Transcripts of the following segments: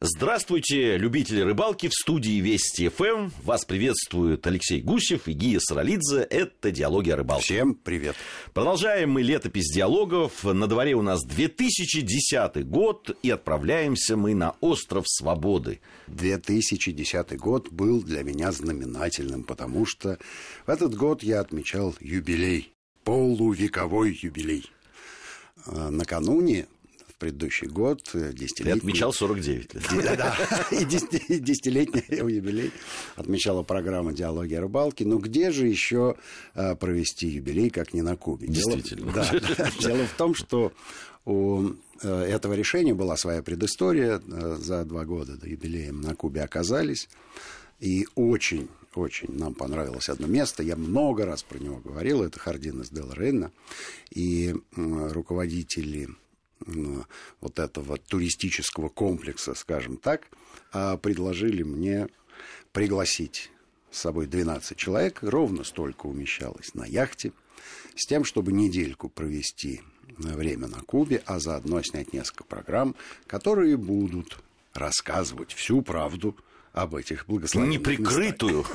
Здравствуйте, любители рыбалки, в студии Вести ФМ. Вас приветствует Алексей Гусев и Гия Саралидзе. Это «Диалоги о рыбалке». Всем привет. Продолжаем мы летопись диалогов. На дворе у нас 2010 год, и отправляемся мы на остров Свободы. 2010 год был для меня знаменательным, потому что в этот год я отмечал юбилей, полувековой юбилей. Накануне, в предыдущий год, десятилетний... Ты отмечал 49 лет. Да, и десятилетний юбилей отмечала программа «Диалоги о рыбалке». Но где же еще провести юбилей, как не на Кубе? Действительно. Дело в том, что у этого решения была своя предыстория. За 2 года до юбилея на Кубе оказались. И очень нам понравилось одно место. Я много раз про него говорил. Это Хардинес дель Рейна. И руководители вот этого туристического комплекса, скажем так, предложили мне пригласить с собой 12 человек. Ровно столько умещалось на яхте. С тем, чтобы недельку провести время на Кубе, а заодно снять несколько программ, которые будут рассказывать всю правду об этих благословенных неприкрытую.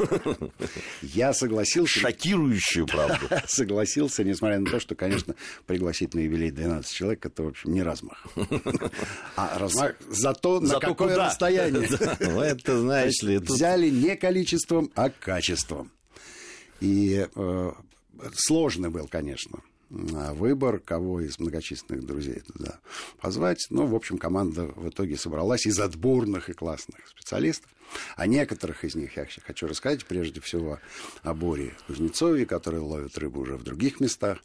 Я согласился. Шокирующую правду. Согласился, несмотря на то, что, конечно, пригласить на юбилей 12 человек, это, в общем, не размах. А размах зато на какое расстояние. Это, знаешь ли... Взяли не количеством, а качеством. И сложный был, конечно, выбор, кого из многочисленных друзей туда позвать. Но, в общем, команда в итоге собралась из отборных и классных специалистов. О некоторых из них я хочу рассказать. Прежде всего о Боре Кузнецове, который ловит рыбу уже в других местах.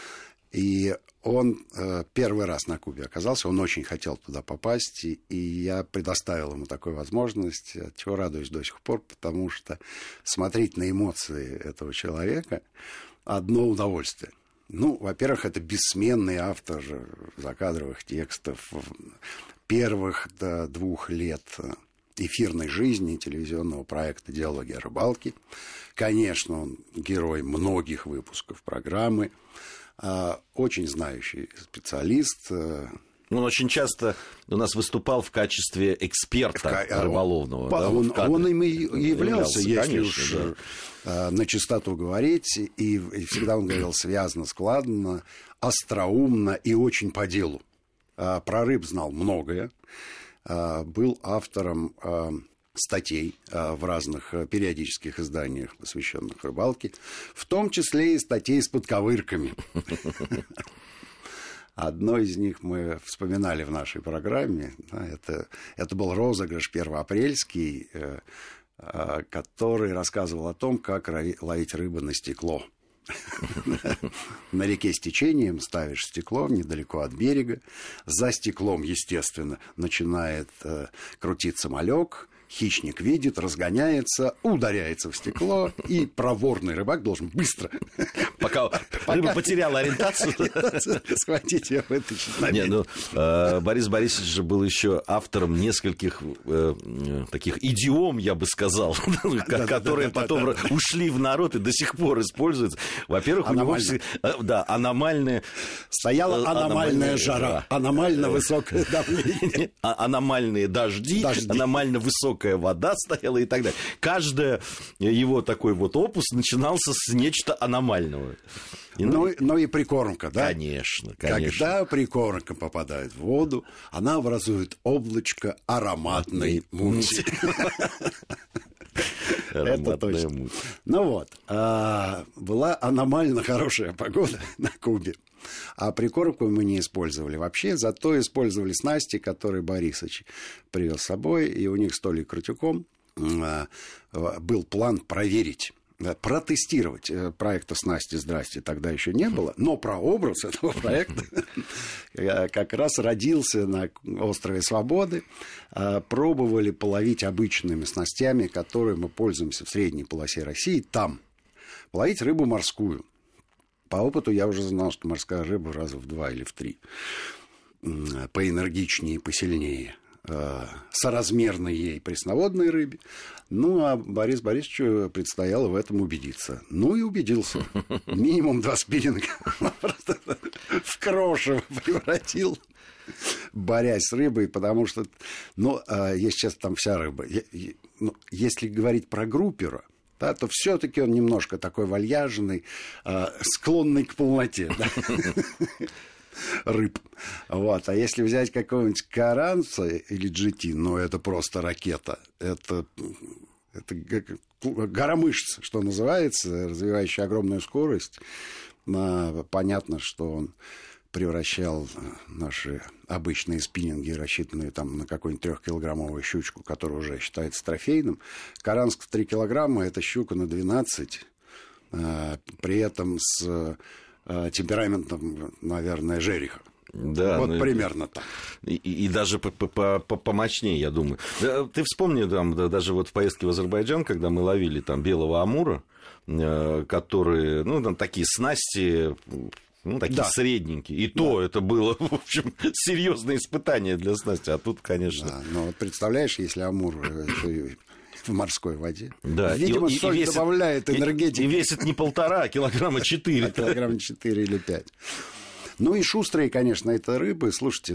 И он первый раз на Кубе оказался, он очень хотел туда попасть, и я предоставил ему такую возможность, от чего радуюсь до сих пор, потому что смотреть на эмоции этого человека одно удовольствие. Ну, во-первых, это бессменный автор закадровых текстов первых 2 лет эфирной жизни телевизионного проекта «Диалоги о рыбалке». Конечно, он герой многих выпусков программы, очень знающий специалист. Он очень часто у нас выступал в качестве эксперта рыболовного. Он им и являлся, если конечно, уж на чистоту говорить. И всегда он говорил связно, складно, остроумно и очень по делу. Про рыб знал многое. Был автором статей в разных периодических изданиях, посвященных рыбалке, в том числе и статей с подковырками. Одно из них мы вспоминали в нашей программе. Это был розыгрыш первоапрельский, который рассказывал о том, как ловить рыбу на стекло. На реке с течением ставишь стекло недалеко от берега. За стеклом, естественно, начинает крутиться малек. Хищник видит, разгоняется, ударяется в стекло, и проворный рыбак должен быстро... Пока рыба потеряла ориентацию. Схватить ее, вытащить на берег. Борис Борисович же был еще автором нескольких таких идиом, я бы сказал, которые потом ушли в народ и до сих пор используются. Во-первых, у него аномальная... Стояла аномальная жара, аномально высокое давление. Аномальные дожди, аномально высокая вода стояла и так далее. Каждый его такой вот опус начинался с нечто аномального. Но и прикормка, да? Конечно. Когда прикормка попадает в воду, она образует облачко ароматной мути. Это точно. Ну вот, была аномально хорошая погода на Кубе. А прикормку мы не использовали вообще, зато использовали снасти, которые Борисович привез с собой, и у них с Толей Крутюком был план проверить, протестировать. Проекта «Снасти, здрасте» тогда еще не было, но прообраз этого проекта как раз родился на острове Свободы. Пробовали половить обычными снастями, которыми мы пользуемся в средней полосе России, там половить рыбу морскую. По опыту я уже знал, что морская рыба раза в 2 или в 3 поэнергичнее, посильнее соразмерной ей пресноводной рыбе. Ну, а Борису Борисовичу предстояло в этом убедиться. Ну, и убедился. Минимум 2 спиннинга просто в крошево превратил. борясь с рыбой, потому что, если честно, там вся рыба. Если говорить про группера, да, то все-таки он немножко такой вальяжный, склонный к полноте. Да? Рыб. Вот. А если взять какого-нибудь каранца или GT, это просто ракета. Это гора мышц, что называется, развивающая огромную скорость. Понятно, что он превращал наши обычные спиннинги, рассчитанные там на какую-нибудь 3-килограммовую щучку, которая уже считается трофейным. Каранск в 3 килограмма – это щука на 12, при этом с темпераментом, наверное, жереха. Да, вот примерно так. И даже помощнее, я думаю. Ты вспомни, там, даже вот в поездке в Азербайджан, когда мы ловили там белого амура, которые, там такие снасти, такие средненькие. И то это было, в общем, серьезное испытание для снасти. А тут, конечно... Да, но вот представляешь, если амур в морской воде. Да. Видимо, соль весит, добавляет энергетики. И весит не 1,5, а килограмма 4. Килограмма 4 или 5. И шустрые, конечно, это рыбы. Слушайте,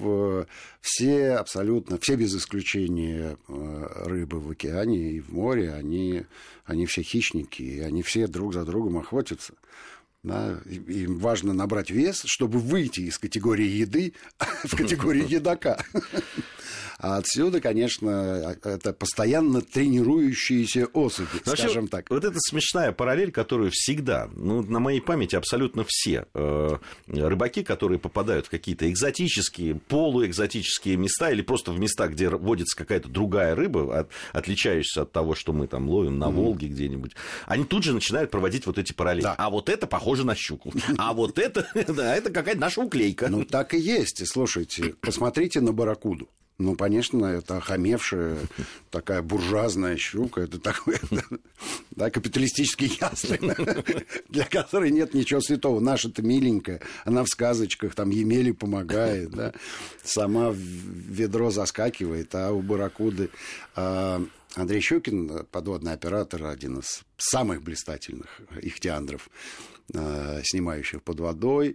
все абсолютно, все без исключения рыбы в океане и в море, они все хищники, и они все друг за другом охотятся. Да? Им важно набрать вес, чтобы выйти из категории еды в категорию едока. А отсюда, конечно, это постоянно тренирующиеся особи, скажем так. Вот это смешная параллель, которую всегда, на моей памяти абсолютно все рыбаки, которые попадают в какие-то экзотические, полуэкзотические места или просто в места, где водится какая-то другая рыба, отличающаяся от того, что мы там ловим на Волге где-нибудь, они тут же начинают проводить вот эти параллели. Да. А вот это похоже на щуку. А вот это, это какая-то наша уклейка. Так и есть. Слушайте, посмотрите на барракуду. Конечно, это охамевшая такая буржуазная щука. Это такой капиталистический ястреб, для которой нет ничего святого. Наша-то миленькая, она в сказочках, там Емеле помогает, да? Сама в ведро заскакивает, а у барракуды... Андрей Щукин, подводный оператор, один из самых блистательных ихтиандров, снимающих под водой,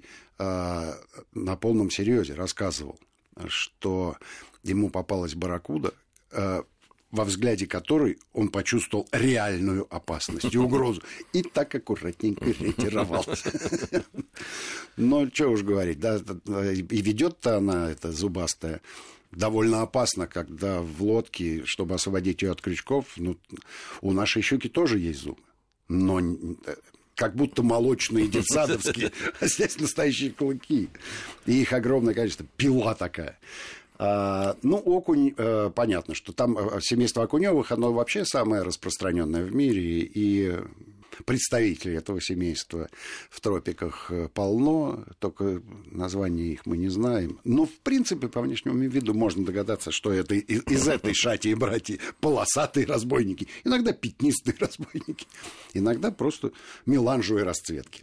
на полном серьезе рассказывал, что ему попалась барракуда, во взгляде которой он почувствовал реальную опасность и угрозу. И так аккуратненько ретировался. Но что уж говорить, да, и ведет-то она, эта зубастая, довольно опасно, когда в лодке, чтобы освободить ее от крючков, у нашей щуки тоже есть зубы. Но как будто молочные детсадовские, а здесь настоящие клыки. И их огромное количество. Пила такая. Окунь, понятно, что там семейство окуневых, оно вообще самое распространенное в мире, и представителей этого семейства в тропиках полно, только названия их мы не знаем. Но, в принципе, по внешнему виду можно догадаться, что это из этой шати и братья полосатые разбойники, иногда пятнистые разбойники, иногда просто меланжевые расцветки.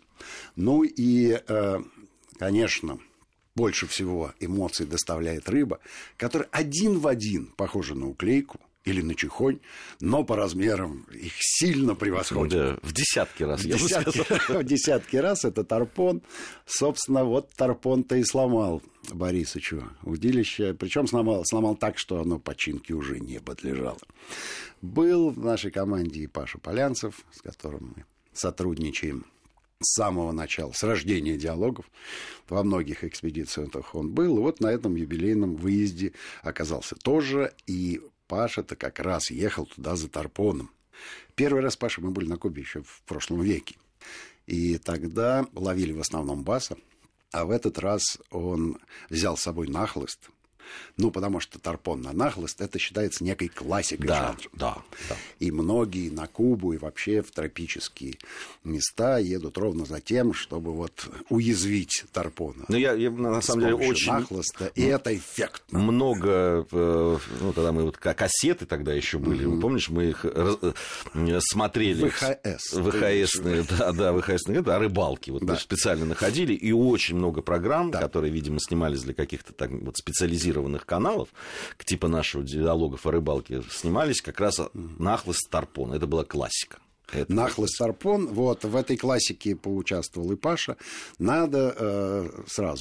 Конечно, больше всего эмоций доставляет рыба, которая один в один похожа на уклейку или на чехонь, но по размерам их сильно превосходит. Да, в десятки раз, я бы сказал. В десятки раз это тарпон. Собственно, вот тарпон-то и сломал Борисычу удилище. Причем сломал так, что оно починке уже не подлежало. Был в нашей команде и Паша Полянцев, с которым мы сотрудничаем с самого начала, с рождения диалогов. Во многих экспедициях он был. И вот на этом юбилейном выезде оказался тоже. И Паша-то как раз ехал туда за тарпоном. Первый раз, Паша, мы были на Кубе еще в прошлом веке. И тогда ловили в основном баса. А в этот раз он взял с собой нахлыст. Потому что тарпон на нахлыст, это считается некой классикой жанра. Да. И многие на Кубу и вообще в тропические места едут ровно за тем, чтобы уязвить тарпона. Я на самом деле очень... нахлыста, и это эффектно. Много, тогда мы кассеты тогда еще были, помнишь, мы их смотрели. ВХС-ные, ВХС-ные, о рыбалке. Мы специально находили, и очень много программ, которые, видимо, снимались для каких-то специализированных каналов, типа нашего диалогов о рыбалке, снимались как раз нахлыст тарпон. Это была классика. Нахлыст тарпон. В этой классике поучаствовал и Паша. Надо сразу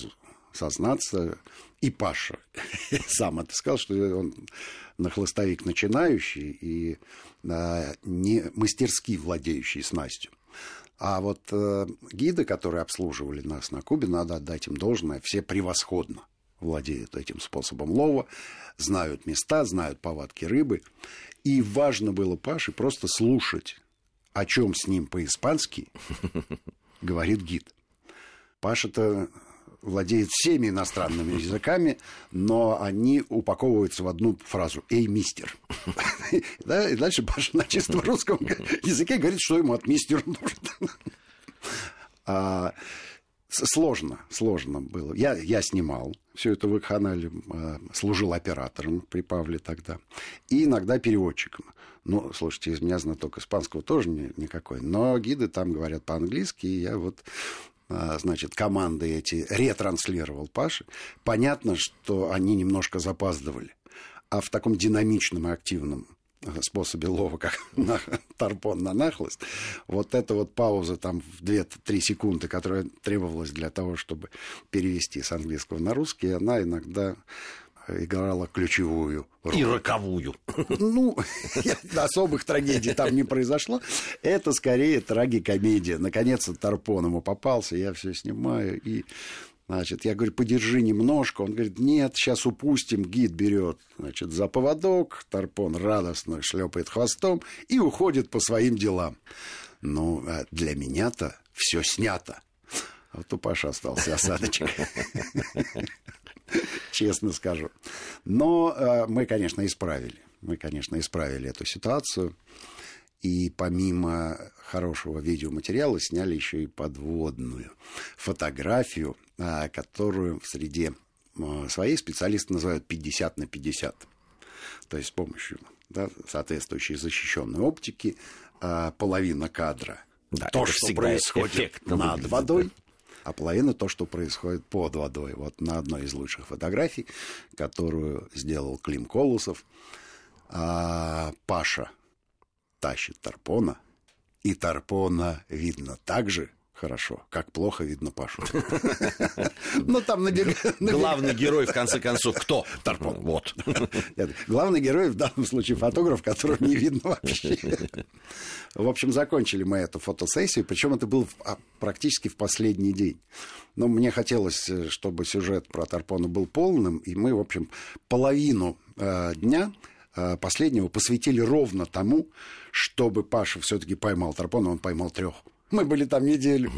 сознаться, и Паша сам это сказал, что он нахлыстовик начинающий и не мастерски владеющий снастью. А вот гиды, которые обслуживали нас на Кубе, надо отдать им должное, все превосходно владеют этим способом лова, знают места, знают повадки рыбы. И важно было Паше просто слушать, о чем с ним по-испански говорит гид. Паша-то владеет всеми иностранными языками, но они упаковываются в одну фразу: «Эй, мистер». И дальше Паша на чистом русском языке говорит, что ему от мистера нужно. Сложно было. Я снимал все это в веб-канале, служил оператором при Павле тогда, и иногда переводчиком. Ну, слушайте, из меня знаток испанского тоже никакой, но гиды там говорят по-английски, и я вот, значит, команды эти ретранслировал Паше. Понятно, что они немножко запаздывали, а в таком динамичном и активном способе лова, как тарпон на нахлыст, вот эта вот пауза там в 2-3 секунды, которая требовалась для того, чтобы перевести с английского на русский, она иногда играла ключевую роль. И роковую. Ну, особых трагедий там не произошло. Это скорее трагикомедия. Наконец-то тарпон ему попался, я все снимаю, и... Значит, я говорю, подержи немножко. Он говорит, нет, сейчас упустим. Гид берет, значит, за поводок. Тарпон радостно шлепает хвостом и уходит по своим делам. Ну, для меня-то все снято. Вот у Паши остался осадочек. Честно скажу. Но мы, конечно, исправили. Мы, конечно, исправили эту ситуацию. И помимо хорошего видеоматериала сняли еще и подводную фотографию, которую в среде своей специалисты называют 50 на 50. То есть с помощью соответствующей защищенной оптики половина кадра. Да, то, что происходит над водой, а половина то, что происходит под водой. Вот на одной из лучших фотографий, которую сделал Клим Колосов, Паша тащит тарпона, и тарпона видно так же хорошо, как плохо видно Пашу. Ну, там главный герой, в конце концов, кто? Тарпон. Вот. Главный герой в данном случае фотограф, которого не видно вообще. В общем, закончили мы эту фотосессию, причем это было практически в последний день. Но мне хотелось, чтобы сюжет про тарпона был полным, и мы, в общем, половину дня последнего посвятили ровно тому, чтобы Паша все-таки поймал тарпона, он поймал 3. Мы были там неделю.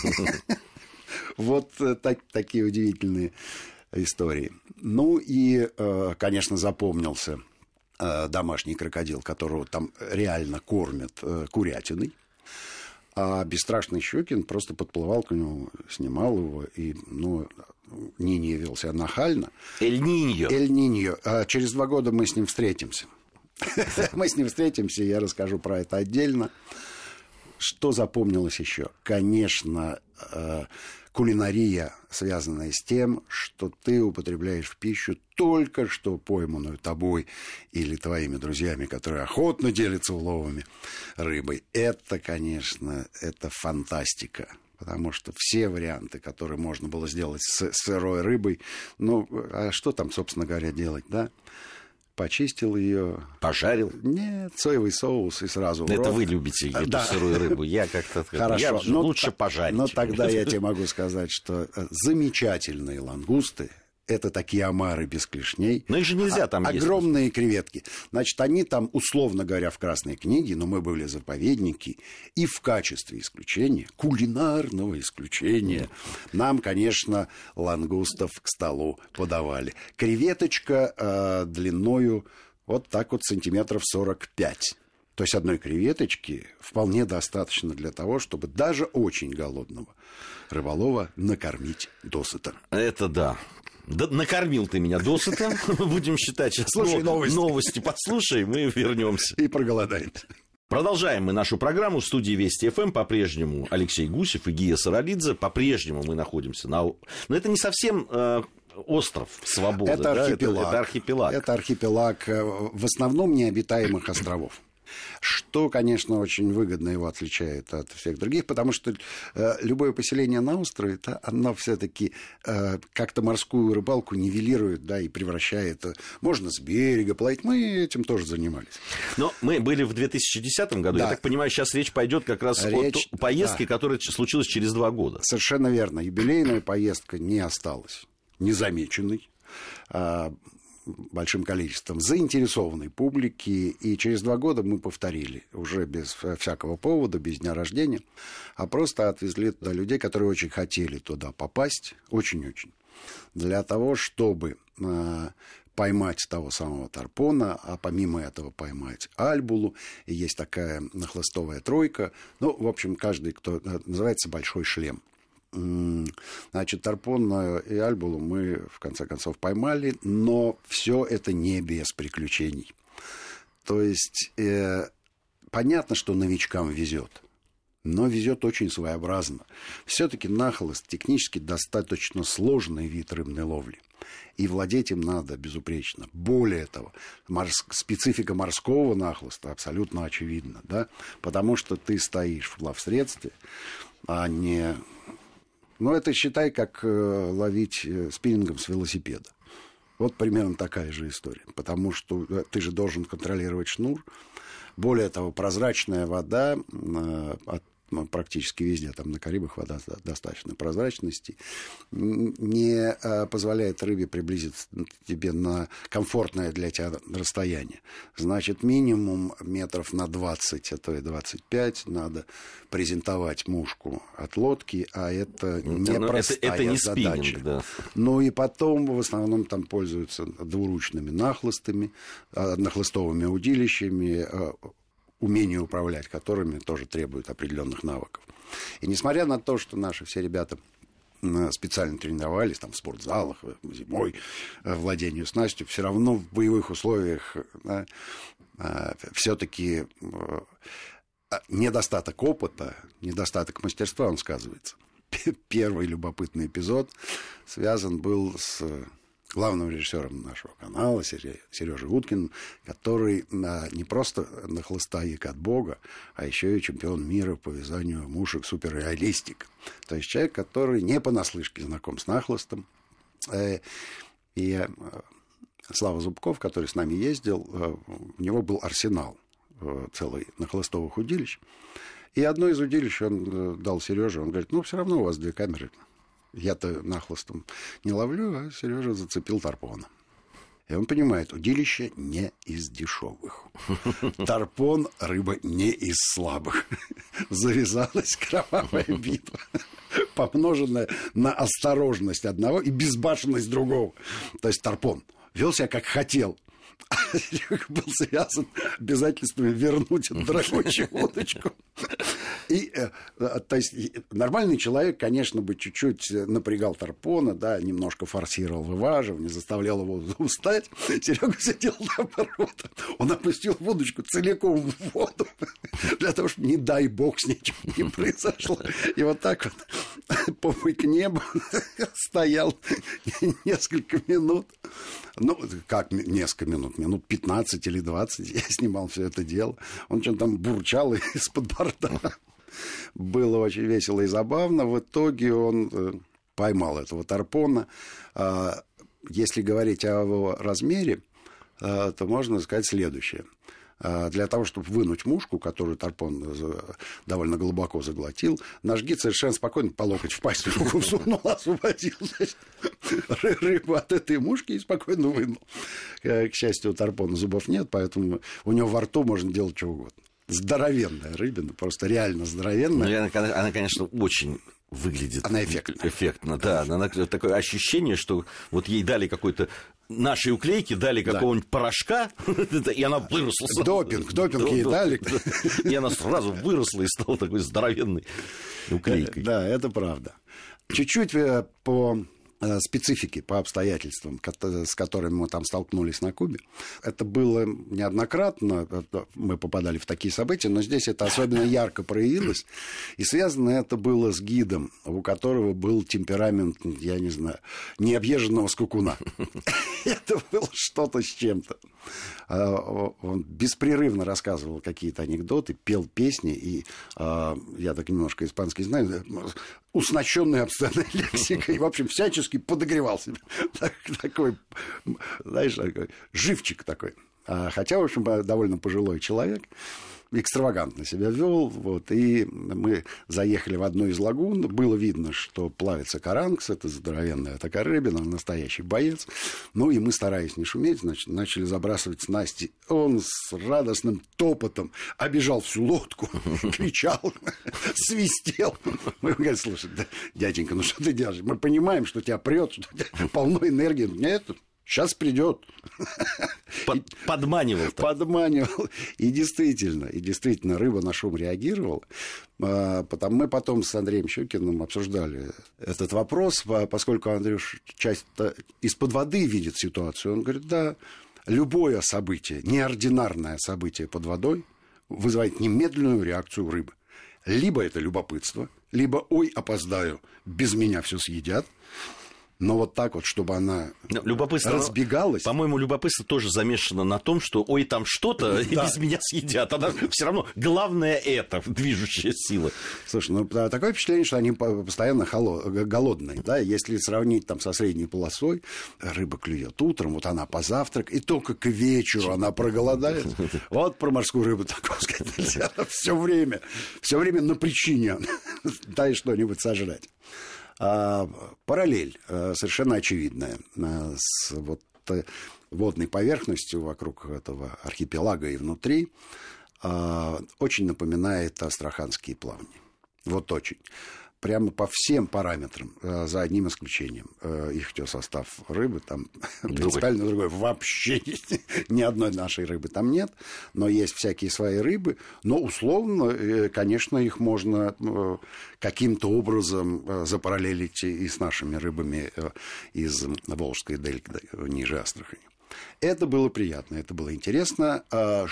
Вот такие удивительные истории. Ну и, конечно, запомнился домашний крокодил, которого там реально кормят курятиной. А бесстрашный Щукин просто подплывал к нему, снимал его, и, ну, Ниньо вел себя нахально. Эль-Ниньо. Эль-Ниньо. Через 2 года мы с ним встретимся. Мы с ним встретимся, я расскажу про это отдельно. Что запомнилось еще? Конечно, кулинария, связанная с тем, что ты употребляешь в пищу только что пойманную тобой или твоими друзьями, которые охотно делятся уловами рыбой. Это, конечно, это фантастика. Потому что все варианты, которые можно было сделать с сырой рыбой, ну, а что там, собственно говоря, делать, да? Почистил ее. Пожарил? Нет, соевый соус и сразу в рот. Это вы любите эту сырую рыбу. Я как-то... Хорошо. Лучше пожарить. Но тогда я тебе могу сказать, что замечательные лангусты — это такие омары без клешней. Но их же нельзя там есть. Огромные креветки. Значит, они там, условно говоря, в Красной книге, но мы были заповедники, и в качестве исключения, кулинарного исключения, нам, конечно, лангустов к столу подавали. Креветочка длиною вот так вот сантиметров 45. То есть одной креветочки вполне достаточно для того, чтобы даже очень голодного рыболова накормить досыта. Это да. Да, накормил ты меня досыта. Будем считать сейчас. Слушай, новости послушаем и вернемся. И проголодаемся. Продолжаем мы нашу программу. В студии Вести ФМ по-прежнему Алексей Гусев и Гия Саралидзе. По-прежнему мы находимся на... Но это не совсем остров свободы. Это архипелаг. Да? Это архипелаг. Это архипелаг в основном необитаемых островов. Что, конечно, очень выгодно его отличает от всех других, потому что любое поселение на острове, оно все-таки как-то морскую рыбалку нивелирует, да, и превращает. Можно с берега плавать. Мы этим тоже занимались. Но мы были в 2010 году. Да. Я так понимаю, сейчас речь пойдет как раз о поездке, которая случилась через 2 года. Совершенно верно. Юбилейная поездка не осталась незамеченной большим количеством заинтересованной публики, и через 2 года мы повторили, уже без всякого повода, без дня рождения, а просто отвезли туда людей, которые очень хотели туда попасть, очень-очень, для того, чтобы поймать того самого тарпона, а помимо этого поймать альбулу, и есть такая хлыстовая тройка, ну, в общем, каждый, кто называется «Большой шлем». Значит, тарпон и альбулу мы, в конце концов, поймали, но все это не без приключений. То есть, понятно, что новичкам везет, но везет очень своеобразно. Все-таки нахлыст технически достаточно сложный вид рыбной ловли, и владеть им надо безупречно. Более того, специфика морского нахлыста абсолютно очевидна, да? Потому что ты стоишь в плавсредстве, а не... Ну, это считай, как ловить спиннингом с велосипеда. Вот примерно такая же история. Потому что ты же должен контролировать шнур. Более того, прозрачная вода практически везде, там на Карибах вода достаточно прозрачности, не позволяет рыбе приблизиться тебе на комфортное для тебя расстояние. Значит, минимум метров на 20, а то и 25 надо презентовать мушку от лодки, а это непростая задача. Спиннинг, да. Ну и потом в основном там пользуются двуручными нахлыстами, нахлыстовыми удилищами, умение управлять которыми тоже требует определенных навыков. И несмотря на то, что наши все ребята специально тренировались там, в спортзалах, зимой, владению снастью, все равно в боевых условиях все-таки недостаток опыта, недостаток мастерства, он сказывается. Первый любопытный эпизод связан был с главным режиссером нашего канала, Сережей Уткиным, который не просто нахлыстаек от Бога, а еще и чемпион мира по вязанию мушек суперреалистик. То есть человек, который не понаслышке знаком с нахлыстом. И Слава Зубков, который с нами ездил, у него был арсенал целый нахлыстовых удилищ. И одно из удилищ он дал Сереже, он говорит, ну, все равно у вас 2 камеры. Я-то нахлыстом не ловлю, а Сережа зацепил тарпона. И он понимает, удилище не из дешевых. Тарпон — рыба не из слабых. Завязалась кровавая битва, помноженная на осторожность одного и безбашенность другого. То есть тарпон вел себя как хотел. А Серега был связан обязательствами вернуть эту дорогущую удочку. И, то есть, нормальный человек, конечно, бы чуть-чуть напрягал тарпона, да, немножко форсировал вываживание, заставлял его устать. Серега сидел наоборот. Он опустил удочку целиком в воду, для того, чтобы, не дай бог, с ничем не произошло. И вот так вот, попой к небу, стоял несколько минут. Ну, как несколько минут? Минут 15 или 20 я снимал все это дело. Он что-то там бурчал из-под борта. Было очень весело и забавно. В итоге он поймал этого тарпона. Если говорить о его размере, то можно сказать следующее. Для того, чтобы вынуть мушку, которую тарпон довольно глубоко заглотил, наш гид совершенно спокойно по локоть в пасть руку всунул, освободил рыбу от этой мушки и спокойно вынул. К счастью, у тарпона зубов нет, поэтому у него во рту можно делать что угодно. Здоровенная рыбина, просто реально здоровенная. Ну, она, конечно, очень выглядит... Она эффектная. Эффектно, да. Она, такое ощущение, что вот ей дали какой-то... Нашей уклейки дали какого-нибудь порошка, и она выросла. Допинг ей дали. И она сразу выросла и стала такой здоровенной уклейкой. Да, это правда. Чуть-чуть по специфики по обстоятельствам, с которыми мы там столкнулись на Кубе. Это было неоднократно, мы попадали в такие события, но здесь это особенно ярко проявилось. И связано это было с гидом, у которого был темперамент, я не знаю, необъезженного скакуна. Это было что-то с чем-то. Он беспрерывно рассказывал какие-то анекдоты, пел песни, и я так немножко испанский знаю, уснащенной обсценной лексикой, в общем, всячески подогревал себя. Такой, знаешь, такой живчик такой. Хотя, в общем, довольно пожилой человек, экстравагантно себя вел, вот, и мы заехали в одну из лагун, было видно, что плавится каранкс, это здоровенная такая рыбина, настоящий боец, ну, и мы, стараясь не шуметь, значит, начали забрасывать снасти, он с радостным топотом обежал всю лодку, кричал, свистел. Мы говорим: слушай, дяденька, ну что ты делаешь? Мы понимаем, что тебя прет, что у тебя полно энергии. Нет, сейчас придет. Подманивал. Подманивал. И действительно, рыба на шум реагировала. Мы потом с Андреем Щукиным обсуждали этот вопрос, поскольку Андрюш часто из-под воды видит ситуацию. Он говорит: да, любое событие, неординарное событие под водой вызывает немедленную реакцию рыбы. Либо это любопытство, либо «ой, опоздаю, без меня все съедят». Но вот так вот, чтобы она разбегалась... По-моему, любопытство тоже замешано на том, что ой, там что-то, и без меня съедят. Она все равно главное это, движущая сила. Слушай, ну такое впечатление, что они постоянно голодные. Да? Если сравнить там со средней полосой, рыба клюет утром, вот она позавтрак, и только к вечеру она проголодается. Вот про морскую рыбу такое сказать нельзя. Все время на причине дай что-нибудь сожрать. Параллель совершенно очевидная с вот водной поверхностью вокруг этого архипелага и внутри очень напоминает астраханские плавни. Вот очень. Прямо по всем параметрам, за одним исключением. Ихтиосостав рыбы там принципиально другой. Вообще ни одной нашей рыбы там нет, но есть всякие свои рыбы. Но условно, конечно, их можно каким-то образом запараллелить и с нашими рыбами из Волжской дельты ниже Астрахани. Это было приятно, это было интересно,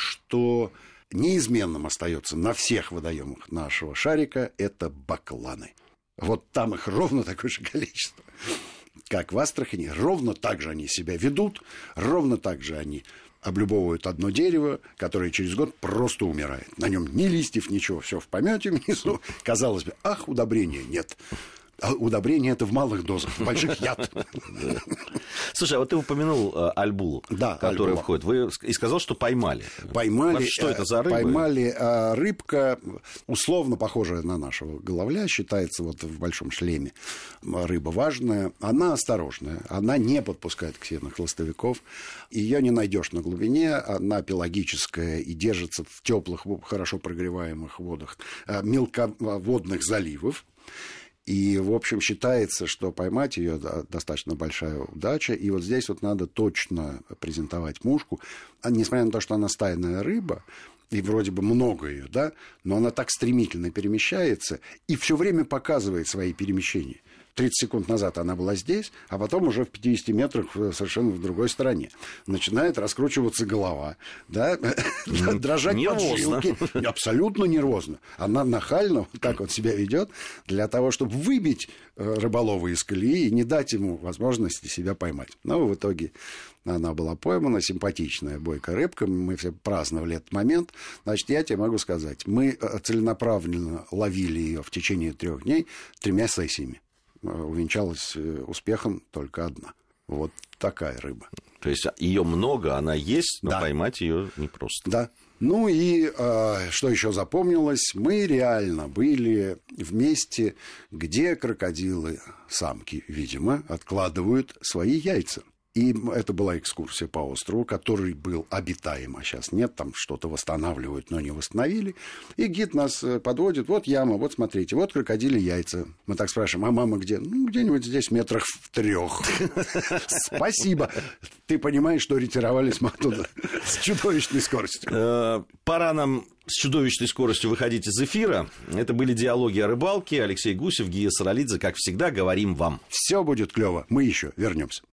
что неизменным остается на всех водоемах нашего шарика — это бакланы. Вот там их ровно такое же количество, как в Астрахани.Ровно так же они себя ведут, ровно так же они облюбовывают одно дерево, которое через год просто умирает. На нем ни листьев, ничего, все в помете внизу. Казалось бы, ах, удобрения нет. А удобрение — это в малых дозах, в больших яд. Слушай, а вот ты упомянул альбулу, которая входит. Вы и сказал, что поймали. Поймали. Что это за рыба? Поймали рыбка, условно похожая на нашего головля, считается вот в большом шлеме. Рыба важная. Она осторожная. Она не подпускает к себе хвостовиков. Ее не найдешь на глубине. Она пелагическая и держится в теплых, хорошо прогреваемых водах мелководных заливов. И, в общем, считается, что поймать ее достаточно большая удача. И вот здесь вот надо точно презентовать мушку. Несмотря на то, что она стайная рыба, и вроде бы много ее, да, но она так стремительно перемещается и все время показывает свои перемещения. 30 секунд назад она была здесь, а потом уже в 50 метрах совершенно в другой стороне. Начинает раскручиваться голова, да? Дрожать поджилки. Абсолютно нервозно. Она нахально вот так вот себя ведет для того, чтобы выбить рыболова из колеи и не дать ему возможности себя поймать. Но в итоге она была поймана, симпатичная бойкая рыбка. Мы все праздновали этот момент. Значит, я тебе могу сказать, мы целенаправленно ловили ее в течение 3 дней 3 сессиями. Увенчалась успехом только одна. Вот такая рыба. То есть ее много, она есть, но поймать ее непросто. Да. Ну и что еще запомнилось? Мы реально были в месте, где крокодилы, самки, видимо, откладывают свои яйца. И это была экскурсия по острову, который был обитаем, а сейчас нет, там что-то восстанавливают, но не восстановили. И гид нас подводит, вот яма, вот смотрите, вот крокодили яйца. Мы так спрашиваем, а мама где? Ну, где-нибудь здесь метрах в 3. Спасибо. Ты понимаешь, что ретировались мы оттуда с чудовищной скоростью. Пора нам с чудовищной скоростью выходить из эфира. Это были диалоги о рыбалке. Алексей Гусев, Гия Саралидзе. Как всегда, говорим вам. Все будет клево. Мы еще вернемся.